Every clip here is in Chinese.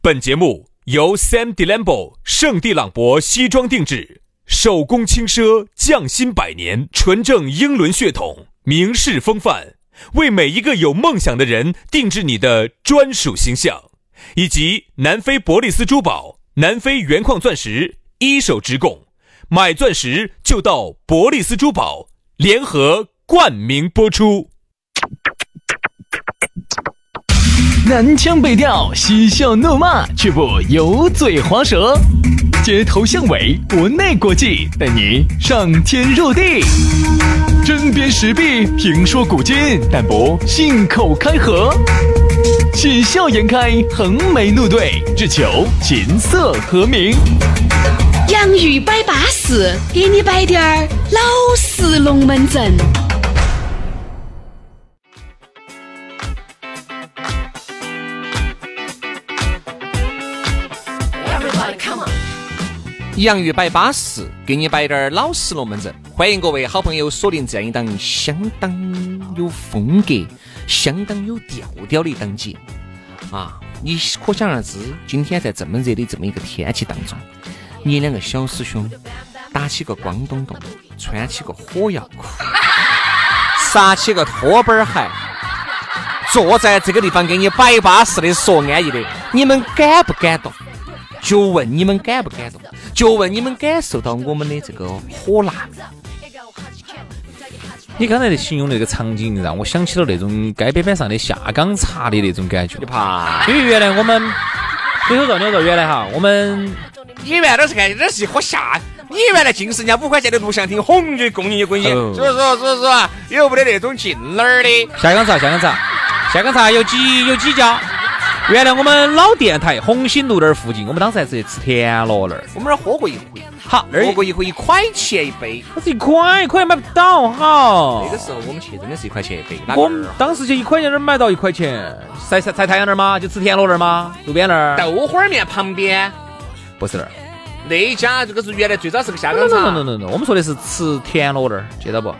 本节目由 Sam Delambo 圣地朗博西装定制，手工轻奢，匠心百年，纯正英伦血统，名士风范，为每一个有梦想的人定制你的专属形象，以及南非伯利斯珠宝、南非原矿钻石一手直供，买钻石就到伯利斯珠宝，联合冠名播出。 南腔北调，嬉笑怒骂，却不油嘴滑舌，街头巷尾，国内国际，带你上天入地，针砭时弊，评说古今，但不信口开河，喜笑颜开，横眉怒对，只求琴瑟和鸣。 洋芋摆巴士，给你摆点儿老式龙门阵。 洋芋摆巴士，给你摆点老实龙门阵。欢迎各位好朋友锁定这样一档相当有风格、相当有调调的一档节目啊！你可想而知，今天在这么热的这么一个天气当中，你两个小师兄打起个光东东，穿起个火药裤，撒起个拖板鞋，坐在这个地方给你摆巴士的说安逸的，你们感不感动？就问你们感不感动，就问你们感受到我们的这个火辣。 你刚才的形容那个场景，让我想起了那种街边上的下岗茶的那种感觉。 你怕？ 因为原来我们，你说原来哈，我们你原来是看这是喝下，你原来尽是人家5块钱的录像厅，红就供你滚你，所以说，有没得那种进那儿的下岗茶有几家。原来我们老电台红星路那儿附近，我们当时还是吃田螺那儿， 我们那儿喝过一回， 好， 喝过一回1块钱一杯， 那是1块买不到，好。 那个时候我们去真的是1块钱一杯， 我们当时就1块钱那儿买到1块钱，晒太阳那儿吗？就吃田螺那儿吗？路边那儿。 豆花面旁边不是那儿， 那一家这个是原来最早是个下岗茶。 no，我们说的是吃田螺那儿，记得不？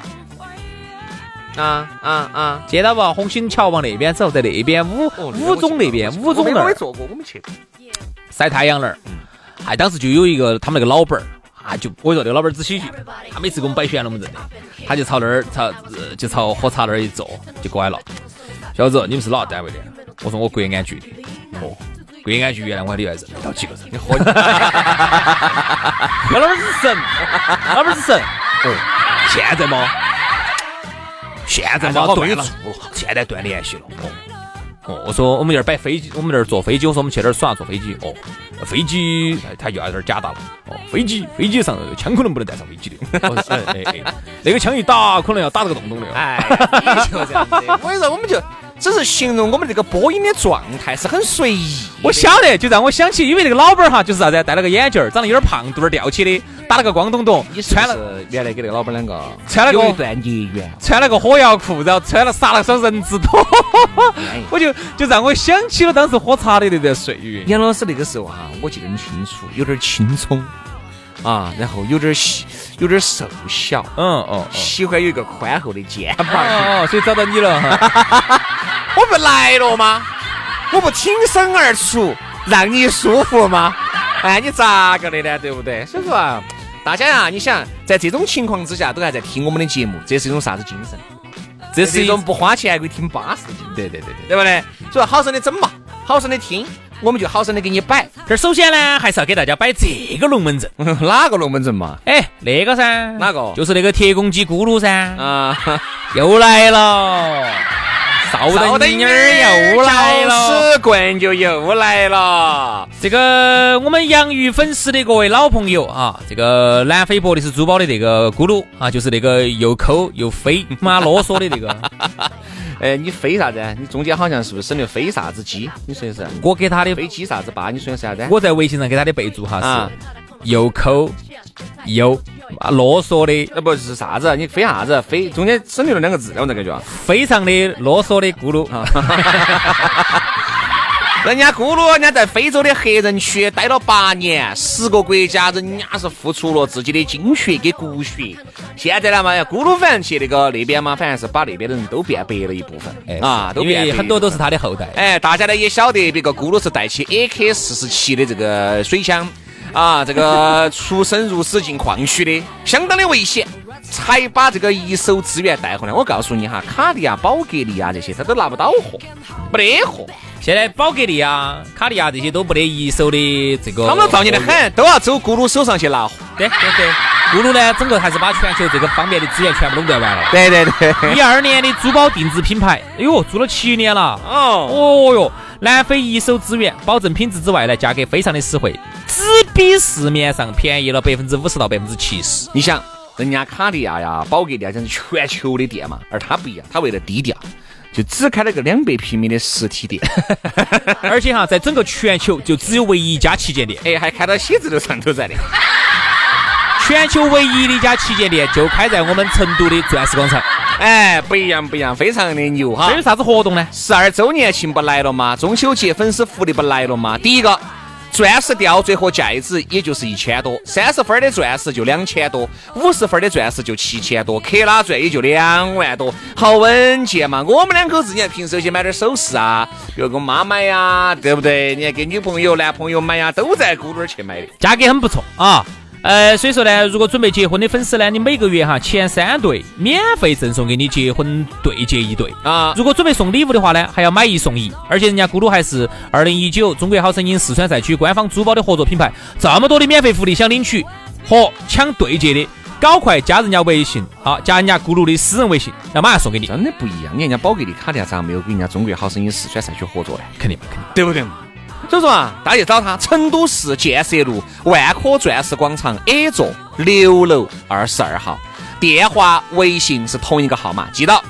接到不？红星桥往那边走，在那边五中那边，五中那儿。 我没做过，我们去晒太阳那儿。当时就有一个他们那个老板儿啊，就我说那个老板儿只喜剧，他每次给我们摆旋龙门阵的，他就朝那儿就朝喝茶那儿一坐，就过来了。小子，你们是哪单位的？我说我国安局的。哦，国安局原来我还里外认到几个人，你喝。那老板是神，老板是神。哦，现在吗？现在嘛断了，现在断联系了。我说我们这儿摆飞机，我们这儿坐飞机，我说我们去那儿耍坐飞机。飞机他又有点假大了。飞机上枪可能不能带上飞机的。那个枪一打，可能要打这个洞洞的。 你就这样子。我跟你说，我们就只是形容我们这个播音的状态是很随意。 我晓得，就让我想起，因为那个老板哈，就是啥子，戴了个眼镜，长得有点胖，肚儿吊起的，打了个光东东， 穿了原来给那个老板两个穿了个有一段孽缘， 穿了个火药裤，然后撒了双人字拖，我就让我想起了当时喝茶的那段岁月。 杨老师那个时候哈，我记得很清楚，有点青葱啊，然后有点瘦小，喜欢有一个宽厚的肩膀， 所以找到你了。 我不来了吗？我不挺身而出，让你舒服吗？你咋个的呢？对不对？所以说啊，大家呀，你想在这种情况之下都还在听我们的节目，这是一种啥子精神？这是一种不花钱还可以听巴适的精神。对不对？所以好生的整嘛，好生的听，我们就好生的给你摆。 这首先呢，还是要给大家摆这个龙门阵。 哪个龙门阵嘛？ 那个噻。 哪个？ 就是那个铁公鸡咕噜噻。又来了。少灯妮儿又来了， 屎棍就又来了。 这个我们洋芋粉丝的各位老朋友啊，这个南非伯利斯珠宝的这个咕噜啊，就是那个又抠又飞妈啰嗦的那个。 你飞啥子？你中间好像是不是省略飞啥子鸡？你说的是？ 我给他的飞机啥子吧？你说的是啥子？ 我在微信上给他的备注哈是又抠又啰嗦的， 不是啥子？你飞啥子？飞中间省略了2个字，我这感觉非常的啰嗦的咕噜。 人家咕噜，人家在非洲的黑人区待了8年，10个国家，人家是付出了自己的精血跟骨血。现在呢嘛，咕噜反正去那边嘛，反正是把那边的人都变白了一部分都变白， 因为很多都是他的后代。 大家呢也晓得，别个咕噜是带起 AK-47的这个水枪这个出生入死进矿区的，相当的危险。才把这个一手资源带回来。我告诉你哈，卡地亚、宝格丽啊这些，他都拿不到货，没得货。 现在宝格丽啊、卡地亚这些都没得一手的这个， 他们造孽的很，都要走咕噜手上去拿货。 对，咕噜呢，整个还是把全球这个方面的资源全部垄断完了。 对。 12年的珠宝定制品牌，哎呦，做了7年了。哦哟，南非一手资源，保证品质之外呢，价格非常的实惠，只比市面上便宜了50%到70%。 你想，人家卡地亚呀、宝格丽啊，这是全球的店嘛，而他不一样，他为了低调，就只开了个200平米的实体店， 而且哈，在整个全球就只有唯一一家旗舰店， 还开到写字楼上头在的。 全球唯一的一家旗舰店就开在我们成都的钻石广场。 不一样，非常的牛哈。 这有啥子活动呢 ？12周年庆不来了吗？中秋节粉丝福利不来了吗？第一个，钻石吊坠和戒指也就是1000多，30分的钻石就2000多，50分的钻石就7000多，克拉钻也就2万多，好稳健嘛。我们2口子，你看平时有些买点首饰啊，比如给我妈买呀，对不对？你看给女朋友、男朋友买呀，都在咕噜去买的， 价格很不错啊。所以说呢，如果准备结婚的粉丝呢，你每个月哈前3对免费赠送给你结婚对戒1对啊。如果准备送礼物的话呢，还要买1送1。而且人家咕噜还是2019中国好声音四川赛区官方珠宝的合作品牌，这么多的免费福利，想领取和抢对戒的，赶快加人家微信加人家咕噜的私人微信，那马上送给你。 真的不一样，你人家宝格丽、卡地亚咋没有跟人家中国好声音四川赛区合作呢？ 肯定， 对不对？所以说啊，大家去找他，成都市建设路万科钻石广场 A 座6楼22号，电话微信是同一个号码，记到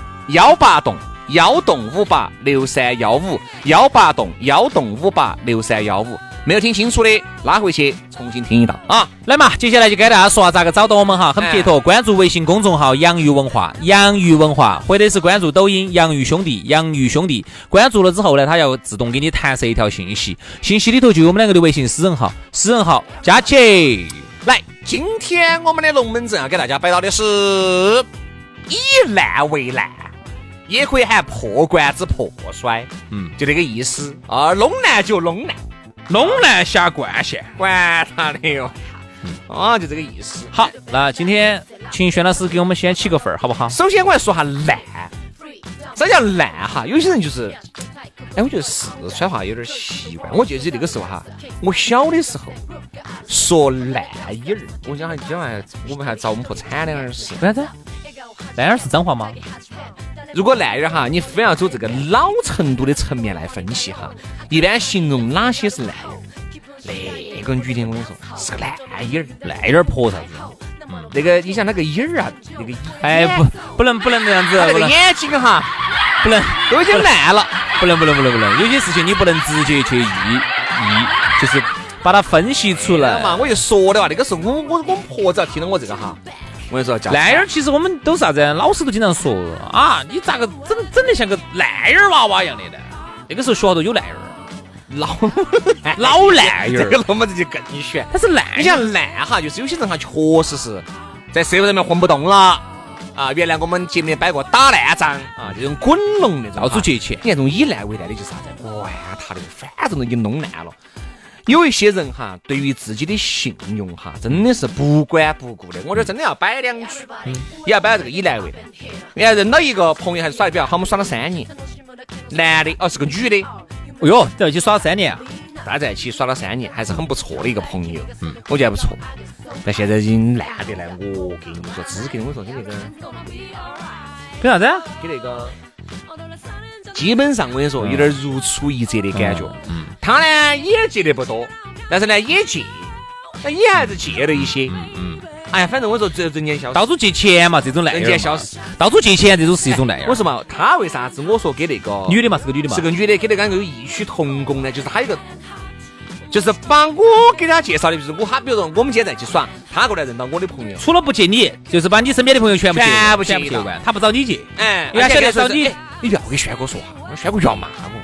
181586315，181586315，没有听清楚的拉回去重新听一道啊。 来嘛，接下来就给大家说咋个找到我们哈，很撇脱，关注微信公众号洋芋文化，或者是关注抖音洋芋兄弟，关注了之后呢，它要自动给你弹射一条信息，信息里头就有我们2个的微信私人号加起来。今天我们的龙门阵要给大家摆到的是以烂为烂，也可以喊破罐子破摔，就这个意思啊。弄烂就弄烂， 弄烂下灌线， 管他的哟。就这个意思。 好，那今天请轩老师给我们先起个份儿，好不好？ 首先我来说下烂，啥叫烂哈？有些人就是，我觉得四川话有点习惯。我记得那个时候哈，我小的时候说烂眼儿，我想今晚我们还遭我们破惨2耳屎。 为啥子？烂眼儿是脏话吗？ 如果烂眼儿哈，你非要走这个老程度的层面来分析哈，一般形容哪些是烂眼儿？那个女的我跟你说是个烂眼儿， 烂眼儿婆啥子？ 那个你想那个眼儿啊，那个不能这样子， 那个眼睛哈， 不能都已经烂了， 不能，有些事情你不能直接去就是把它分析出来嘛。我就说的话，那个时候我们婆子要听到我这个哈，我跟你说叫烂眼儿，其实我们都啥子？老师都经常说啊，你咋个整得像个烂眼儿娃娃一样的呢？那个时候学校都有烂眼儿。老烂眼儿， 这个龙门阵就更悬。 它是烂， 你想烂哈，就是有些人哈确实是在社会上面混不动了啊。原来我们节目里摆过打烂仗啊，这种滚龙那种到处借钱。 你看这种以烂为烂的就是啥子？管他的，反正都已经弄烂了。有一些人哈，对于自己的信用哈，真的是不管不顾的。我觉得真的要摆2句，也要摆这个以烂为烂。你看认到一个朋友还是耍的比较好，我们耍了3年，男的是个女的。 哎呦，在一起耍了3年啊！ 大家在一起耍了3年，还是很不错的一个朋友。我觉得还不错。但现在已经烂得来，我跟你说，只跟我说跟那个， 跟啥子？ 跟那个，基本上我跟你说，有点如出一辙的感觉。他呢也借的不多，但是呢也借，但也还是借了一些。哎呀，反正我说这人间消失， 到处借钱嘛，这种烂眼儿。 人间消失， 到处借钱这种是一种烂眼儿。 我说嘛，他为啥子我说给那个女的嘛，是个女的嘛， 是个女的，给那个有异曲同工呢？就是他一个，就是把我给他介绍的，就是他，比如说我们今天在一起耍，他过来认到我的朋友， 除了不借你，就是把你身边的朋友全部借完， 他不找你借， 因为他晓得找你， 你不要给轩哥说哈，轩哥要骂我。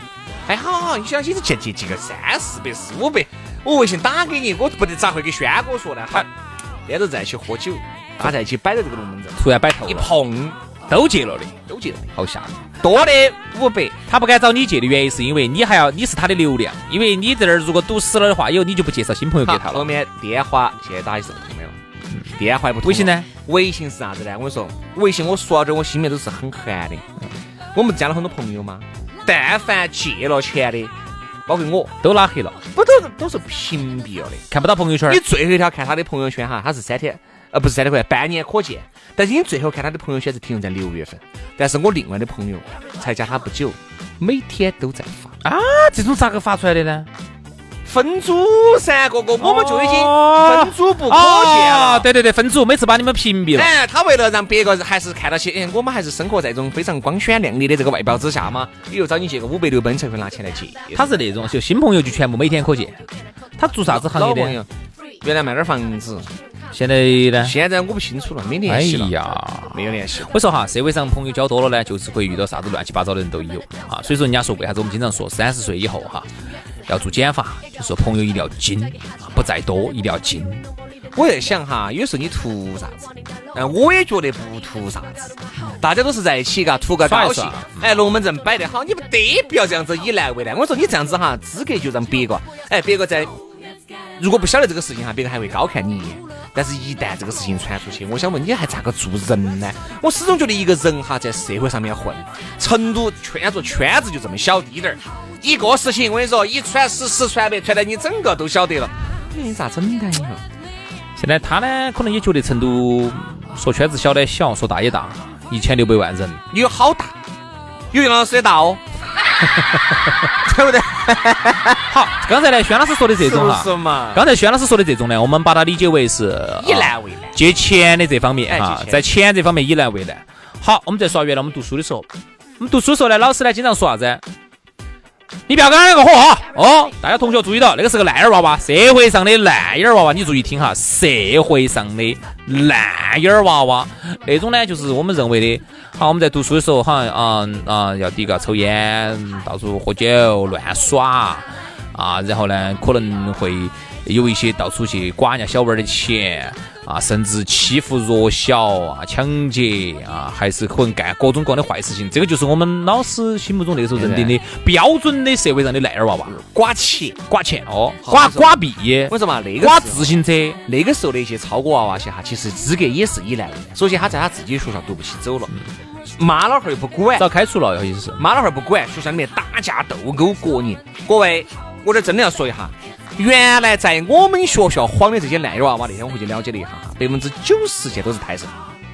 哎，好，你想借个300-400、400-500，我微信打给你，我不得咋会给轩哥说呢？好，那都在一起喝酒，大家在一起摆着这个龙门阵， 突然摆头了， 一碰都借了的， 好吓人。多的500， 他不敢找你借的原因是因为你是他的流量，因为你在这儿如果堵死了的话，以后你就不介绍新朋友给他了。 后面电话现在打一次不通的了，电话也不通。 微信呢？ 微信是啥子呢？我跟你说，微信我说到这，我心里面都是很寒的。我们加了很多朋友嘛，但凡借了钱的，包括我都拉黑了， 不都是屏蔽了的， 看不到朋友圈。 你最后一条看他的朋友圈哈，他是3天，不是3天块，半年可见。但是你最后看他的朋友圈是停留在6月份，但是我另外的朋友才加他不久，每天都在发啊，这种咋个发出来的呢？ 分组噻，哥哥，我们就已经分组不可见了。 对，分组，每次把你们屏蔽了。 哎，他为了让别个还是看到些，我们还是生活在一种非常光鲜亮丽的这个外表之下嘛。你又找你借个500-600才会拿钱来借。 他是那种就新朋友就全部每天可见。他做啥子行业的？ 原来卖点房子。 现在呢？ 现在我不清楚了，没联系了。 哎呀， 没有联系。 我说哈，社会上朋友交多了呢，就是会遇到啥子乱七八糟的人都有啊。所以说人家说为啥子我们经常说30岁以后哈要做减法，就说朋友一定要精，不在多，一定要精。 我在想哈，有时候你图啥子？我也觉得不图啥子，大家都是在一起嘎，图个高兴。哎，龙门阵摆得好，你不得不要这样子以难为难。我说你这样子哈，资格就让别个，别个在如果不晓得这个事情哈，别个还会高看你一眼。但是一旦这个事情传出去，我想问你还咋个做人呢？我始终觉得一个人哈，在社会上面混，成都圈子就这么小滴点儿，一个事情我跟你说，一传十，十传百，传得你整个都晓得了，你咋整呢？ 现在他呢，可能也觉得成都说圈子小的小，说大也大，1600万人， 你有好大，有杨老师的大哦。对不对？ 好，刚才呢，轩老师说的这种哈，刚才轩老师说的这种呢，我们把它理解为是以难为难， 借钱的这方面哈，在钱这方面以难为难。好，我们再说原来我们读书的时候，呢，老师呢经常说啥子？你不要跟那个火哈哦！大家同学注意到，那个是个烂眼娃娃，社会上的烂眼娃娃，你注意听哈，社会上的烂眼娃娃那种呢，就是我们认为的。好，我们在读书的时候，好像要第一个抽烟，到处喝酒乱耍啊，然后呢，可能会有一些到处去刮人家小娃儿的钱啊，甚至欺负弱小啊，抢劫啊，还是可能干各种各样的坏事情。这个就是我们老师心目中那时候认定的标准的社会上的烂眼娃娃，刮钱哦，刮币， 为什么那个刮自行车？ 那个时候的一些超哥娃娃些哈，其实资格也是以难为难。首先他在他自己学校读不起走了。妈老汉儿又不管， 早开除了，意思是妈老汉儿不管，学校里面打架斗殴过年。各位，我这真的要说一下，原来在我们学校晃的这些烂眼娃娃，那天我回去了解了一下，90%件都是胎神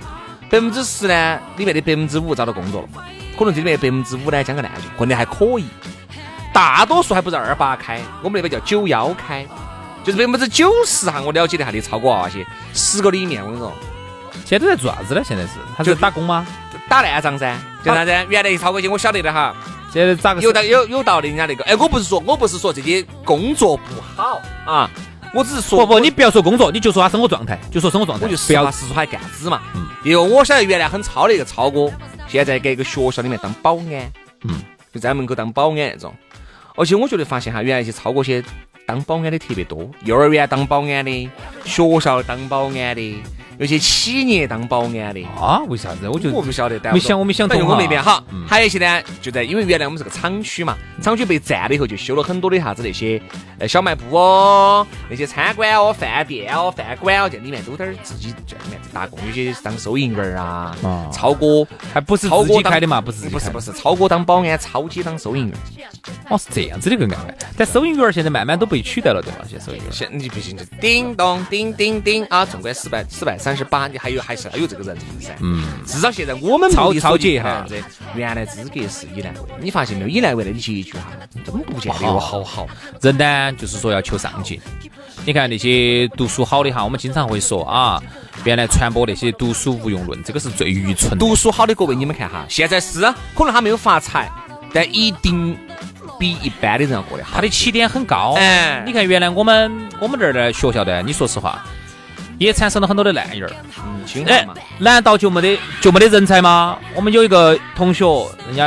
，10%呢，里面的5%找到工作了，可能这里面5%呢将个烂就混得还可以，大多数还不是28开，我们那边叫91开，就是90%哈，我了解的哈的超过娃娃些，10个里面我跟你说。 现在都在做啥子呢？现在是他就打工吗？ 打烂仗噻，就啥子？原来超过些我晓得的哈。 现在咋个有道理人家那个？哎，我不是说这些工作不好啊，我只是说不，你不要说工作，你就说他生活状态，就说生活状态， 我就实话实说还干子嘛。因为我晓得原来很糙的一个超哥，现在给一个学校里面当保安，就在门口当保安那种。而且我觉得发现哈，原来一些超哥些当保安的特别多，幼儿园当保安的，学校当保安的。有些企业当保安的啊？为啥子？我不晓得，我没想通。 我们那边哈，还有一些呢，就在因为原来我们是个厂区嘛，厂区被占了以后，就修了很多的啥子那些小卖部哦，那些餐馆哦、饭店哦、饭馆哦，这里面都在自己在里面打工，有些当收银员啊，超哥还不是自己开的嘛？不是， 超哥当保安，超姐当收银员。 哦，是这样子的个安排。但收银员现在慢慢都被取代了，对吧？现在收银员， 现你不行就叮咚叮叮叮啊，总归438，你还是要有这个人噻。至少现在我们超姐哈， 原来资格是以难为难，你发现没有？以难为难，你记一句哈，真不见得有好。 人呢，就是说要求上进。你看那些读书好的哈，我们经常会说啊，原来传播那些读书无用论，这个是最愚蠢的。 读书好的各位，你们看哈，现在是可能他没有发财，但一定比一般的人要过得好， 他的起点很高。你看原来我们这儿的学校的，你说实话，也产生了很多的烂人儿。难道就没得人才吗？我们有一个同学，人家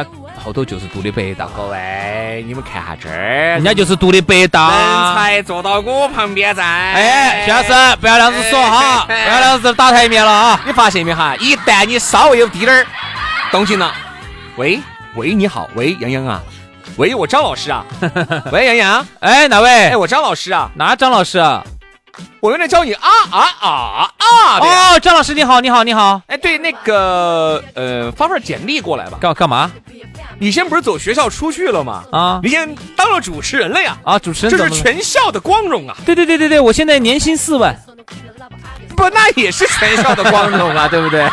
后头就是读的北大。 各位，你们看下这儿， 人家就是读的北大， 人才坐到我旁边站。 哎，徐老师，不要这样子说哈，不要这样子打台面了啊！ 你发现没哈？一旦你稍微有滴点儿动静了，喂，你好，喂，杨洋啊，喂，我张老师啊，喂，杨洋， 哎，哪位？ 哎，我张老师啊， 哪张老师啊？ 我有点叫你的。 哦，张老师你好。 哎，对，那个发份简历过来吧。 干嘛？ 你先不是走学校出去了吗？ 啊， 你先当了主持人了呀？ 啊，主持人， 这是全校的光荣啊！ 对，我现在年薪4万， 不，那也是全校的光荣啊，对不对？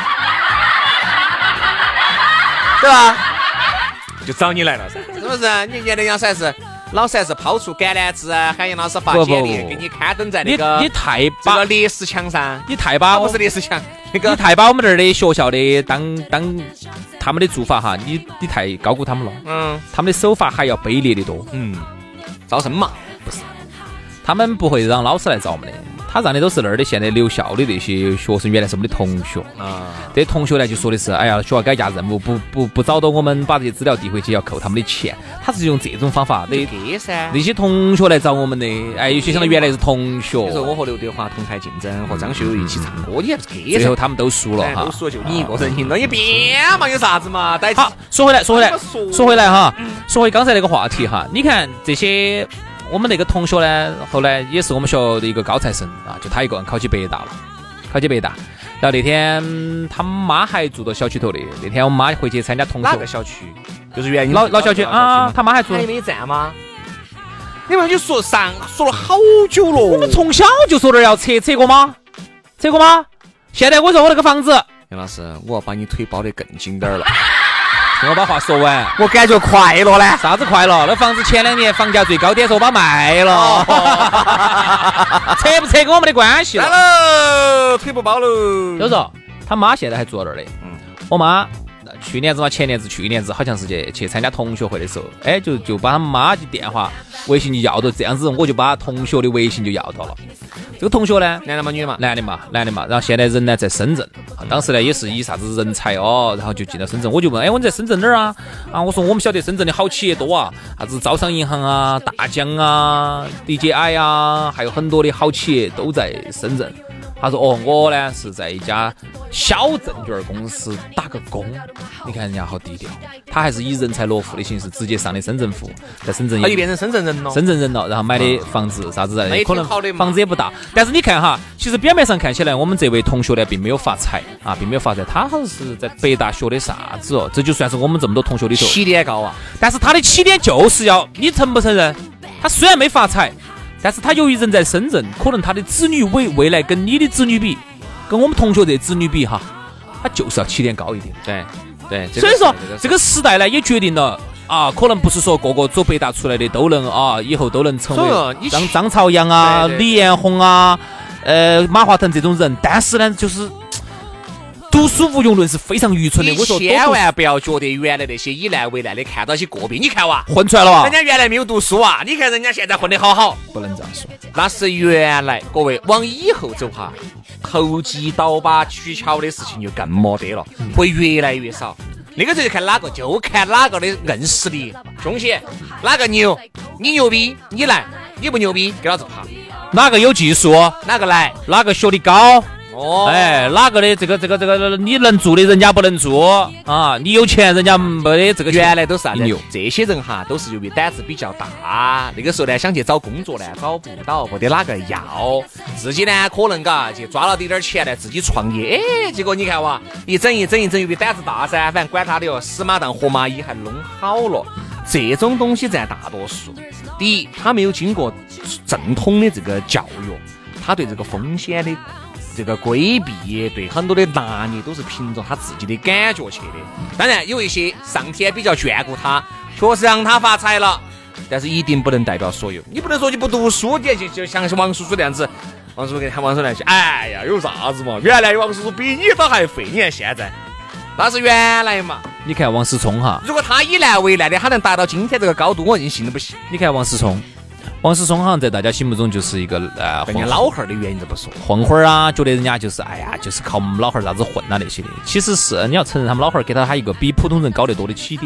对吧？就找你来了，是不是？你年的杨才是。老师还是抛出橄榄枝，喊杨老师发简历，给你刊登在那个你太这个烈士墙上， 你太把不是烈士墙，那个你太把我们这儿的学校的当他们的做法哈，你太高估他们了。他们的手法还要卑劣的多。 招生嘛， 不是，他们不会让老师来找我们的。他让的都是那儿的现在留校的那些学生，原来是我们的同学啊。这些同学呢就说的是，哎呀，学校改嫁任务不找到我们，把这些资料递回去要扣他们的钱。他是用这种方法的。那些同学来找我们的，哎，有些相当于原来是同学。比如说我和刘德华同台竞争，和张学友一起唱歌，你还是给最后他们都输了哈， 都输了就你一个人赢了，你别嘛，有啥子嘛？ 好，说回来哈，说回刚才那个话题哈，你看这些。我们那个同学呢，后来也是我们学校的一个高材生啊，就他一个人考起北大了，然后那天他妈还住到小区头的，那天我妈回去参加同学。 哪个小区？就是原因老小区啊，他妈还住。 还没站吗？你们就说了好久了。 我们从小就说这要撤过吗？现在我说我那个房子， 杨老师，我要把你腿包得更紧点了。 听我把话说完， 我感觉快乐呢。 啥子快乐？那房子前2年房价最高点，说我把卖了，扯不扯跟我们的关系了？ 来了，腿不包了。 就是说，他妈现在还住在那儿的。我妈去年子好像是去参加同学会的时候，哎，就把他妈的电话、微信就要到，这样子我就把同学的微信就要到了。这个同学呢， 男的吗？女的吗？ 男的嘛。然后现在人呢在深圳，当时呢也是以啥子人才哦，然后就进到深圳。我就问，哎，我你在深圳哪儿啊？我说我们晓得深圳的好企业多啊，啥子招商银行啊、大疆啊、DJI 啊，还有很多的好企业都在深圳。他说我呢是在一家小证券公司打个工。你看人家好低调，他还是以人才落户的形式直接上的深圳户，在深圳他就变成深圳人了， 然后买的房子啥子的，可能房子也不大，但是你看哈，其实表面上看起来我们这位同学呢并没有发财，他好像是在北大学的啥子哦，这就算是我们这么多同学里头起点高啊， 但是他的起点就是要你承不承认？他虽然没发财，但是他由于人在深圳，可能他的子女未来跟你的子女比，跟我们同学这子女比哈，他就是要起点高一点。 对， 所以说这个时代呢也决定了啊，可能不是说个个走北大出来的都能啊，以后都能成为张朝阳啊、李彦宏啊、马化腾这种人，但是呢就是读书无用论是非常愚蠢的。 你千万不要觉得原来那些以烂为烂的看到些个别，你看哇， 混出来了哇， 人家原来没有读书啊，你看人家现在混得好好， 不能这样说， 那是原来。各位往以后走哈，投机倒把取巧的事情就更没得了，会越来越少。那个时候看哪个的硬实力，兄弟哪个牛，你牛逼你来，你不牛逼给老子爬。 哪个有技术哪个来， 哪个学历高。哎，哪个的这个你能做的人家不能做啊？你有钱人家没得这个钱。 原来都是啥子？这些人哈都是由于胆子比较大，那个时候呢想去找工作呢找不到，不得哪个要，自己呢可能去抓了点钱呢自己创业，哎，结果你看哇，一整由于胆子大噻，反正管他的哟，死马当活马医还弄好了。这种东西占大多数。第一，他没有经过正统的这个教育，他对这个风险的这个规避，对很多的拿捏都是凭着他自己的感觉去的。当然有一些上天比较眷顾他，确实让他发财了，但是一定不能代表所有。你不能说你不读书，你就像王叔叔那样子，王叔叔给喊王叔来去，哎呀有啥子嘛，原来王叔叔比你都还废，你看现在那是原来嘛。 你看王思聪哈， 如果他以烂为烂的，他能达到今天这个高度，我已经信都不信。 你看王思聪好像在大家心目中就是一个人家老汉儿的原因都不说， 混混啊，觉得人家就是哎呀，就是靠我们老汉儿啥子混啊那些的。其实是你要承认他们老汉儿给他一个比普通人高得多的起点。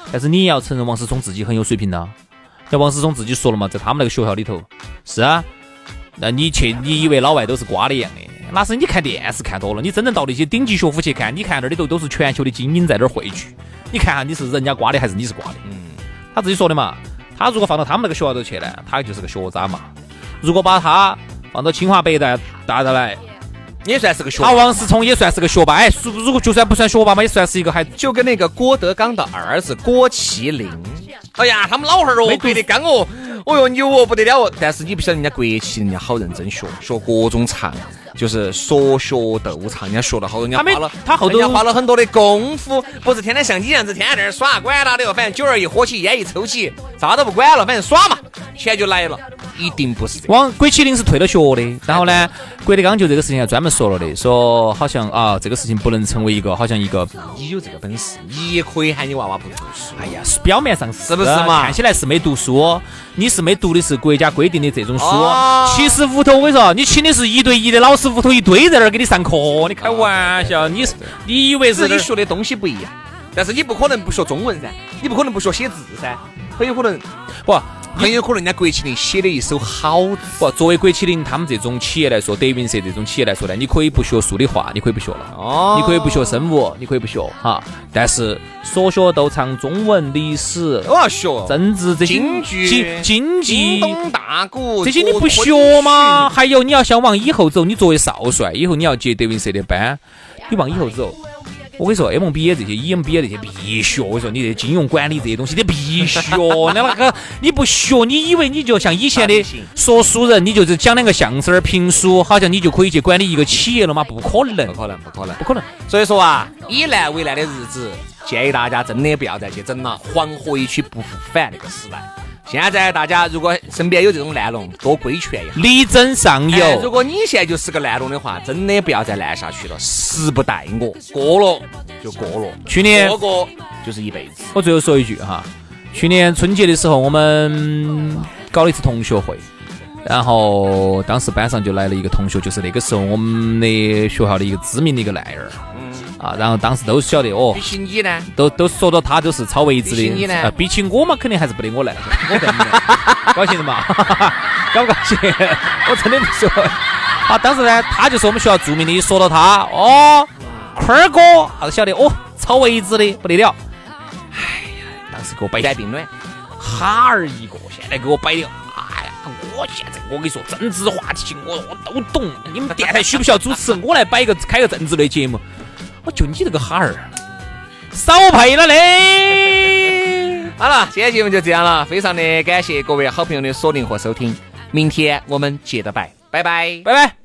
但是你也要承认王思聪自己很有水平呐。那王思聪自己说了嘛，在他们那个学校里头，是啊，那你以为老外都是瓜的一样的，那是你看电视看多了，你真正到那些顶级学府去看，你看那里头都是全球的精英在那儿汇聚，你看看你是人家瓜的还是你是瓜的。他自己说的嘛，他如果放到他们那个学校头去呢，他就是个学渣嘛。如果把他放到清华北大的来， 也算是个学霸。 他王思聪也算是个学霸，哎，如果就算不算学霸嘛，也算是一个还就跟那个郭德纲的儿子郭麒麟，哎呀，他们老汉儿哦，郭德纲哦，哦哟牛哦不得了哦。但是你不晓得人家郭麒麟，人家好认真学各种唱，就是说学逗唱，人家学了好多，人家花了很多的功夫，不是天天像你这样子天天在那儿耍，管他的哟，反正酒儿一喝起，烟一抽起，啥都不管了，反正耍嘛，钱就来了。一定不是这个。郭麒麟是退了学的，然后呢，郭德纲就这个事情还专门说了的，说好像啊，这个事情不能成为一个好像一个你有这个本事，你也可以喊你娃娃不读书。 哎呀，表面上是不是嘛？ 看起来是没读书，你是没读的是国家规定的这种书。其实屋头我跟你说，你请的是1对1的老师，屋头一堆在那儿给你上课，你开玩笑，你以为是你学的东西不一样，但是你不可能不学中文噻，你不可能不学写字噻，很有可能很有可能人家郭麒麟写的一手好字。 不，作为郭麒麟他们这种企业来说，德云社这种企业来说呢，你可以不学数理化，你可以不学了，你可以不学生物，你可以不学哈。但是说学逗唱、中文、历史， 我要学政治这些京剧、 经济、 京东大鼓这些你不学吗？还有你要想往以后走，你作为少帅，以后你要接德云社的班，你往以后走。我跟你说 ，MBA 这些、EMBA 这些必学。我跟你说，你这金融管理这些东西你必学。那个你不学，你以为你就像以前的说书人，你就是讲2个相声评书，好像你就可以去管理一个企业了吗？不可能， 不可能。所以说啊，以难为难的日子，建议大家真的不要再去整了，黄河一去不复返那个时代。现在大家如果身边有这种烂龙，多规劝一下， 力争上游。 如果你现在就是个烂龙的话，真的不要再烂下去了，时不待我，过了就过了， 去年过就是一辈子。 我最后说一句哈，去年春节的时候我们搞了一次同学会，然后当时班上就来了一个同学，就是那个时候我们的学校的一个知名的一个烂人啊，然后当时都晓得哦。 比起你呢？ 都说到他都是超位置的。 比起你呢？ 比起我嘛，肯定还是不得我烂。我在你高兴的嘛？高不高兴？我真的不说。啊，当时呢，他就是我们学校著名的，说到他哦，坤儿哥，他都晓得哦，超位置的不得了。哎呀，当时给我摆带病卵， 哈儿一个，现在给我摆的。哎呀，我现在我跟你说，政治话题我都懂。你们电台需不需要主持？我来开个政治类节目。我就你这个哈儿，少配了嘞！ 好了，今天节目就这样了，非常的感谢各位好朋友的锁定和收听，明天我们接着拜，拜拜， 拜拜。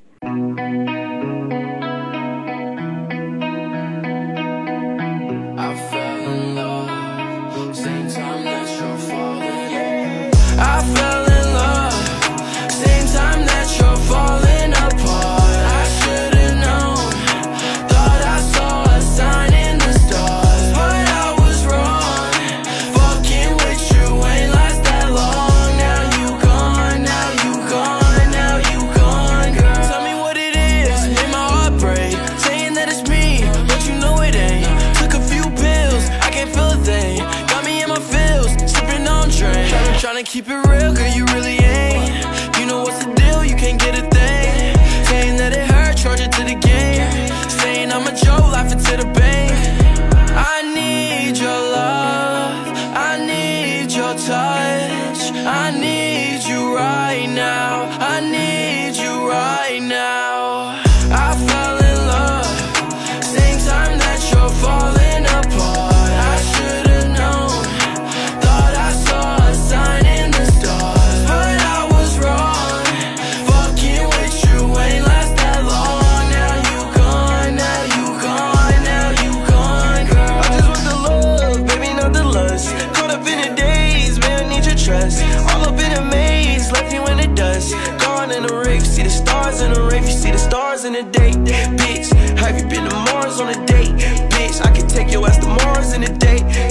Keep it real, girl, you really ain't. You know what's the deal, you can't get a thing. Saying that it hurt, charge it to the game. Saying I'm a joke, laughing to the bank. I need your love, I need your touch. I need you right now, I need you right now. I fell in love, same time that you're falling apart. I should've known, thought I saw a sign. All up in a maze, left you in the dust. Gone in the rave, see the stars in the rave, you see the stars in the day. Bitch, have you been to Mars on a date? Bitch, I can take your ass to Mars in a day.